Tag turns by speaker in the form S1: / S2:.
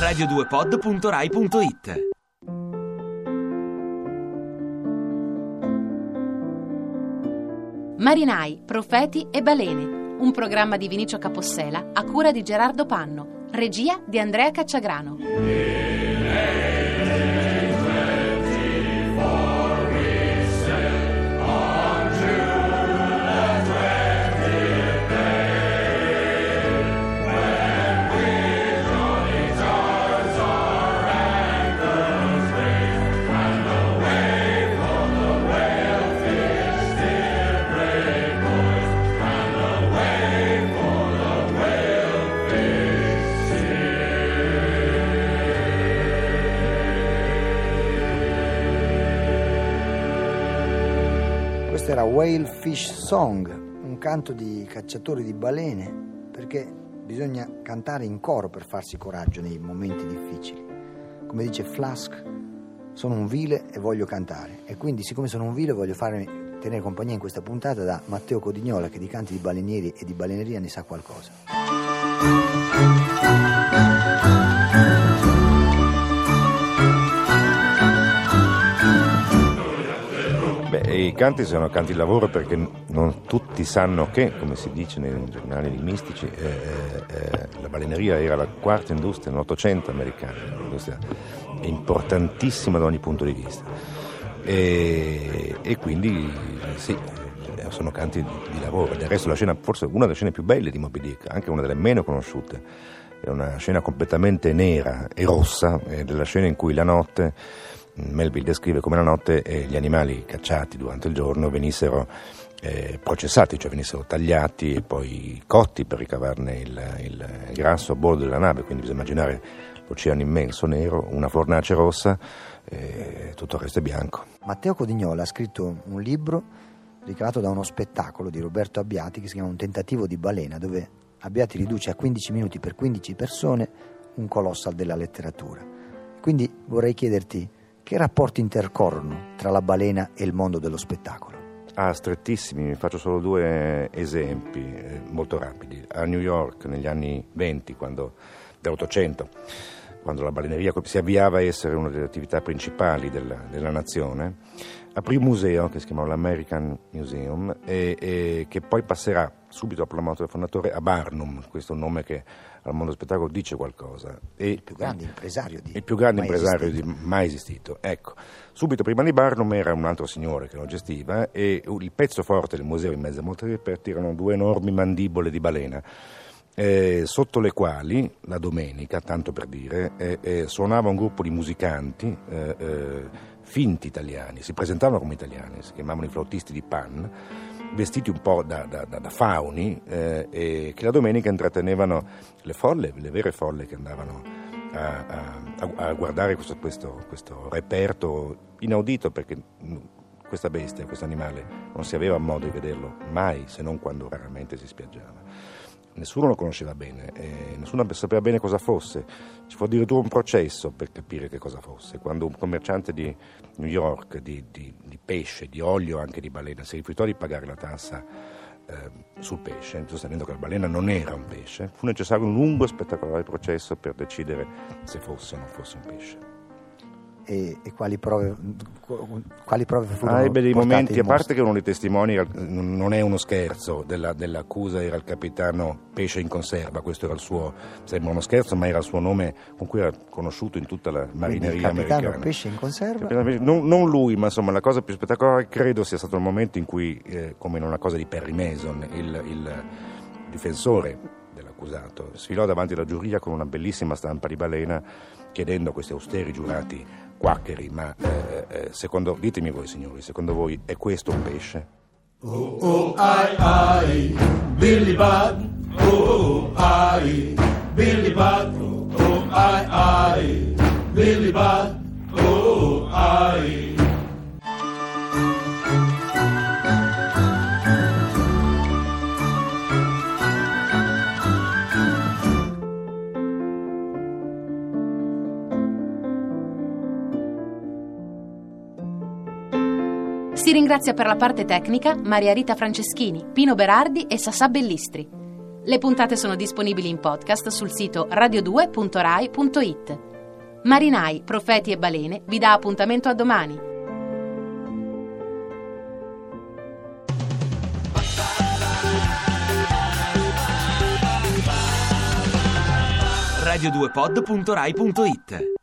S1: radio2pod.rai.it.
S2: Marinai, profeti e balene, un programma di Vinicio Capossela a cura di Gerardo Panno, regia di Andrea Cacciagrano.
S3: Questo era Whale Fish Song, un canto di cacciatori di balene, perché bisogna cantare in coro per farsi coraggio nei momenti difficili. Come dice Flask, sono un vile e voglio cantare, e quindi siccome sono un vile voglio tenere compagnia in questa puntata da Matteo Codignola, che di canti di balenieri e di baleneria ne sa qualcosa.
S4: I canti sono canti di lavoro, perché non tutti sanno che, come si dice nei giornali enigmistici, la baleneria era la quarta industria nell'Ottocento americana, un'industria importantissima da ogni punto di vista, e quindi sì, sono canti di lavoro. Del resto la scena, forse una delle scene più belle di Moby Dick, anche una delle meno conosciute, è una scena completamente nera e rossa, è della scena in cui la notte Melville descrive come la notte gli animali cacciati durante il giorno venissero processati, cioè venissero tagliati e poi cotti per ricavarne il grasso a bordo della nave. Quindi bisogna immaginare l'oceano immenso nero, una fornace rossa, tutto il resto è bianco.
S3: Matteo Codignola ha scritto un libro ricavato da uno spettacolo di Roberto Abbiati che si chiama Un tentativo di balena, dove Abbiati riduce a 15 minuti per 15 persone un colossal della letteratura. Quindi vorrei chiederti: che rapporti intercorrono tra la balena e il mondo dello spettacolo?
S4: Strettissimi, faccio solo due esempi molto rapidi. A New York negli anni 20, dell'Ottocento, quando la baleneria si avviava a essere una delle attività principali della nazione, aprì un museo che si chiamava l'American Museum e che poi passerà subito dopo la morte del fondatore a Barnum. Questo è un nome che al mondo spettacolo dice qualcosa.
S3: Il più grande impresario
S4: mai esistito. Ecco, subito prima di Barnum era un altro signore che lo gestiva, e il pezzo forte del museo, in mezzo a molti reperti, erano due enormi mandibole di balena, sotto le quali la domenica, tanto per dire, suonava un gruppo di musicanti finti italiani, si presentavano come italiani, si chiamavano i flautisti di Pan, vestiti un po' da fauni, e che la domenica intrattenevano le vere folle che andavano a guardare questo reperto inaudito, perché questa bestia, questo animale, non si aveva modo di vederlo mai, se non quando raramente si spiaggiava. Nessuno lo conosceva bene, nessuno sapeva bene cosa fosse. Ci fu addirittura un processo per capire che cosa fosse, quando un commerciante di New York di pesce, di olio, anche di balena, si rifiutò di pagare la tassa sul pesce, sostenendo che la balena non era un pesce. Fu necessario un lungo e spettacolare processo per decidere se fosse o non fosse un pesce.
S3: E quali prove furono
S4: dei momenti, a parte che uno dei testimoni non è uno scherzo dell'accusa, era il capitano Pesce in conserva. Questo era il suo, sembra uno scherzo, ma era il suo nome con cui era conosciuto in tutta la marineria americana.
S3: Il capitano Pesce in conserva?
S4: Non lui, ma insomma la cosa più spettacolare credo sia stato il momento in cui, come in una cosa di Perry Mason, il difensore dell'accusato sfilò davanti alla giuria con una bellissima stampa di balena, chiedendo a questi austeri giurati quaccheri: ma ditemi voi signori, secondo voi è questo un pesce?
S5: Oh, ai, ai, Billy Budd, oh, ai, Billy Budd, oh, ai, ai, Billy Budd, oh, ai.
S2: Si ringrazia per la parte tecnica Maria Rita Franceschini, Pino Berardi e Sassà Bellistri. Le puntate sono disponibili in podcast sul sito radio2.rai.it. Marinai, Profeti e Balene vi dà appuntamento a domani.
S1: radio2pod.rai.it